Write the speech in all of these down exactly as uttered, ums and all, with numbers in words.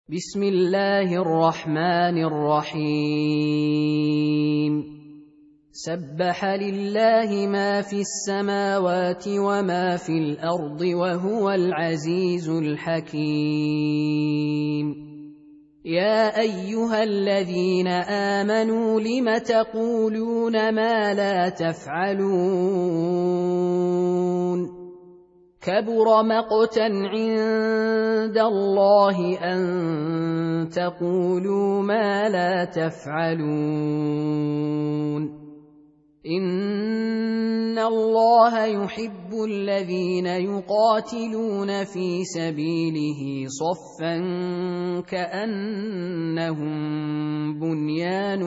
بسم الله الرحمن الرحيم سبح لله ما في السماوات وما في الأرض وهو العزيز الحكيم يا أيها الذين آمنوا لم تقولون ما لا تفعلون كبر مقتا عند الله أن تقولوا ما لا تفعلون إن الله يحب الذين يقاتلون في سبيله صفا كأنهم بنيان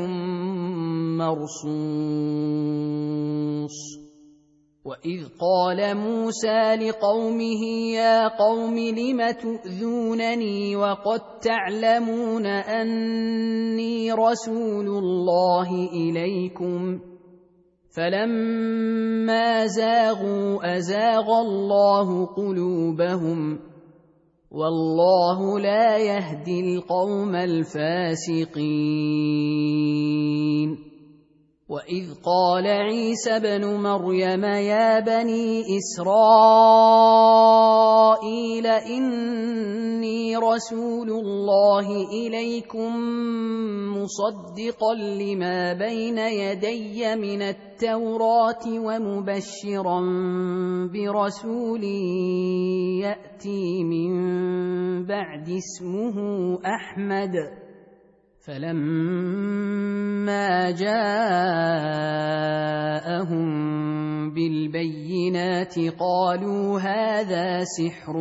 مرصوص وإذ قال موسى لقومه يا قوم لم تؤذونني وقد تعلمون أني رسول الله إليكم فلما زاغوا أزاغ الله قلوبهم والله لا يهدي القوم الفاسقين وإذ قال عيسى ابن مريم يا بني إسرائيل إني رسول الله إليكم مصدقا لما بين يدي من التوراة ومبشرا برسول يأتي من بعد اسمه أحمد فلما جاءهم بالبينات قالوا هذا سحر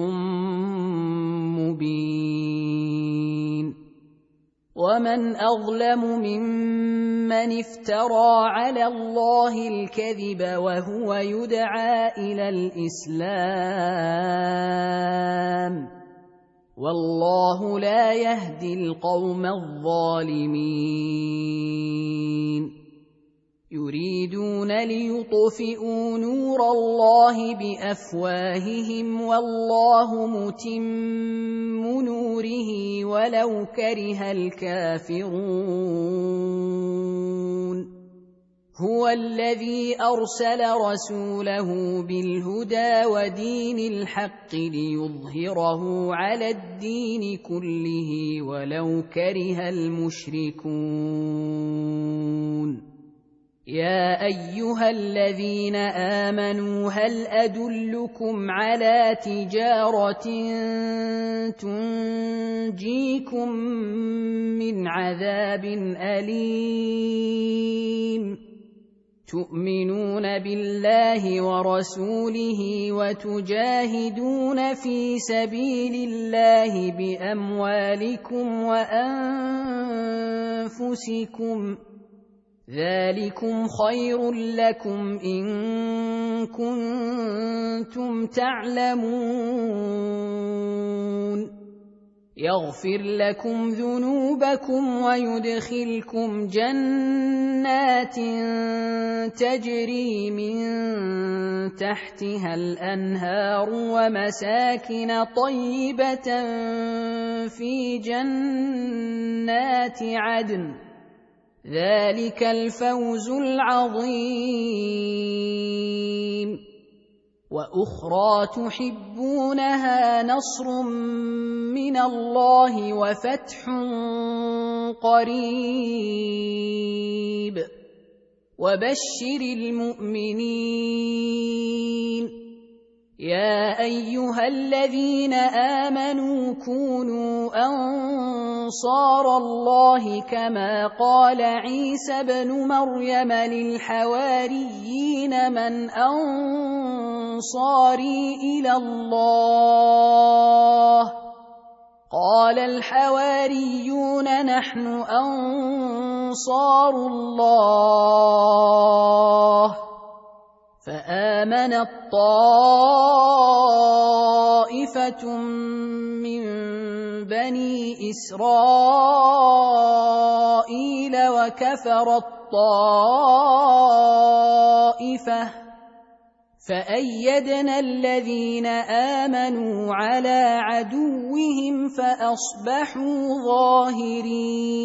مبين ومن أظلم ممن افترى على الله الكذب وهو يدعى إلى الإسلام والله لا يهدي القوم الظالمين يريدون ليطفئوا نور الله بأفواههم والله متم نوره ولو كره الكافرون هو الذي أرسل رسوله بالهدى ودين الحق ليظهره على الدين كله ولو كره المشركون يا أيها الذين آمنوا هل أدلكم على تجارة تنجيكم من عذاب أليم تؤمنون بالله ورسوله وتجاهدون في سبيل الله بأموالكم وأنفسكم ذلكم خير لكم إن كنتم تعلمون يغفر لكم ذنوبكم ويدخلكم جنات تجري من تحتها الأنهار ومساكن طيبة في جنات عدن ذلك الفوز العظيم وأخرى تحبونها نصر من الله وفتح قريب وبشر المؤمنين يا أيها الذين آمنوا كونوا أنصار الله كما قال عيسى ابن مريم للحواريين من أنصاري إلى الله قال الحواريون نحن أنصار الله فآمنت طائفة من بني إسرائيل وكفرت طائفة فأيدنا الذين آمنوا على عدوهم فأصبحوا ظاهرين.